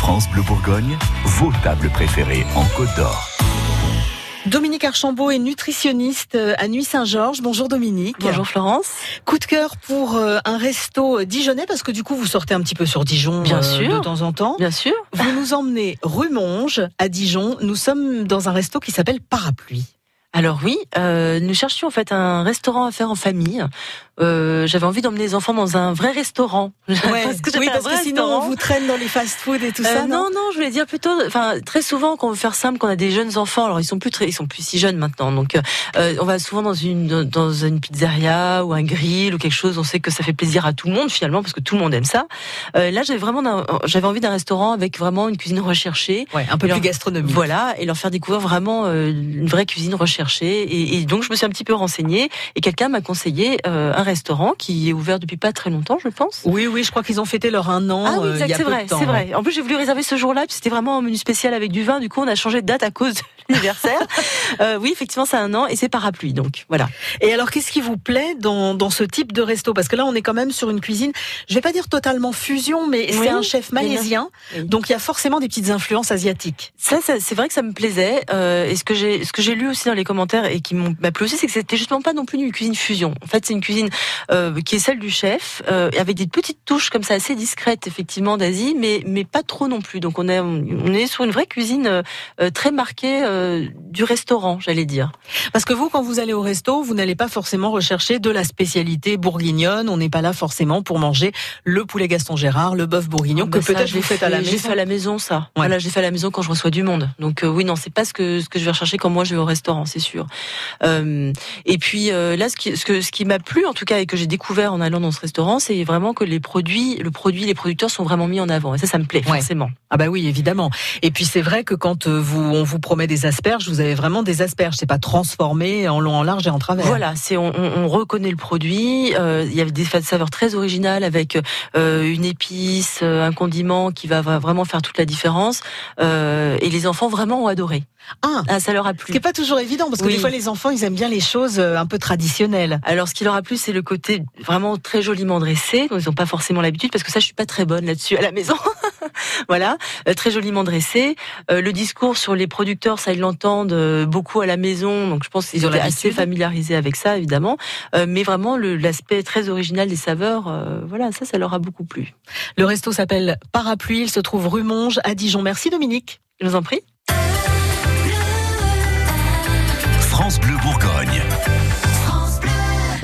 France Bleu Bourgogne, vos tables préférées en Côte d'Or. Dominique Archambault est nutritionniste à Nuits-Saint-Georges. Bonjour Dominique. Bonjour Florence. Coup de cœur pour un resto dijonnais, parce que du coup vous sortez un petit peu sur Dijon Bien sûr. De temps en temps. Bien sûr. Vous nous emmenez rue Monge à Dijon. Nous sommes dans un resto qui s'appelle Parapluie. Alors oui, nous cherchions en fait un restaurant à faire en famille. J'avais envie d'emmener les enfants dans un vrai restaurant. Parce que sinon on vous traîne dans les fast-food et tout ça. Non, je voulais dire plutôt, très souvent quand on veut faire simple, quand on a des jeunes enfants, alors ils sont plus si jeunes maintenant, donc on va souvent dans une pizzeria ou un grill ou quelque chose. On sait que ça fait plaisir à tout le monde finalement parce que tout le monde aime ça. Là, j'avais envie d'un restaurant avec vraiment une cuisine recherchée, un peu plus gastronomique. Voilà, et leur faire découvrir vraiment une vraie cuisine recherchée. Et donc je me suis un petit peu renseignée et quelqu'un m'a conseillé un restaurant qui est ouvert depuis pas très longtemps, je pense. Oui, je crois qu'ils ont fêté leur 1 an. Ah oui, exact, il y a c'est peu vrai, de temps. c'est vrai. En plus, j'ai voulu réserver ce jour-là, puis c'était vraiment un menu spécial avec du vin. Du coup, on a changé de date à cause de l'anniversaire. Oui, effectivement, c'est 1 an et c'est Parapluie, donc voilà. Et alors, qu'est-ce qui vous plaît dans ce type de resto ? Parce que là, on est quand même sur une cuisine, je vais pas dire totalement fusion, mais c'est un chef malaisien, donc il y a forcément des petites influences asiatiques. Ça, c'est vrai que ça me plaisait. Et ce que j'ai lu aussi dans les commentaires et qui m'a plu aussi, c'est que c'était justement pas non plus une cuisine fusion. En fait, c'est une cuisine qui est celle du chef, avec des petites touches comme ça assez discrètes effectivement d'Asie, mais pas trop non plus. Donc on est sur une vraie cuisine très marquée du restaurant, j'allais dire. Parce que vous, quand vous allez au resto, vous n'allez pas forcément rechercher de la spécialité bourguignonne. On n'est pas là forcément pour manger le poulet Gaston Gérard, le bœuf bourguignon que peut-être vous faites à la maison. J'ai fait à la maison ça. Ouais. Voilà, j'ai fait à la maison quand je reçois du monde. Donc oui, non, c'est pas ce que je vais rechercher quand moi je vais au restaurant, c'est sûr. Et puis là, ce qui m'a plu en tout cas et que j'ai découvert en allant dans ce restaurant, c'est vraiment que les producteurs sont vraiment mis en avant. Et ça me plaît forcément. Ah bah oui, évidemment. Et puis c'est vrai que quand on vous promet des asperges, vous avez vraiment des asperges. C'est pas transformé en long, en large et en travers. Voilà, on reconnaît le produit. Il y avait des saveurs très originales avec une épice, un condiment qui va vraiment faire toute la différence. Et les enfants vraiment ont adoré. Ah, ça leur a plu. Ce qui n'est pas toujours évident parce que des fois les enfants ils aiment bien les choses un peu traditionnelles. Alors ce qui leur a plu, c'est le côté vraiment très joliment dressé. Donc, ils n'ont pas forcément l'habitude parce que ça je suis pas très bonne là-dessus à la maison. Voilà, très joliment dressé. Le discours sur les producteurs, ça ils l'entendent beaucoup à la maison. Donc je pense qu'ils ont été assez familiarisés avec ça évidemment. Mais vraiment l'aspect très original des saveurs, voilà, ça leur a beaucoup plu. Le resto s'appelle Parapluie. Il se trouve rue Monge à Dijon. Merci Dominique. Je vous en prie. France Bleu Bourgogne.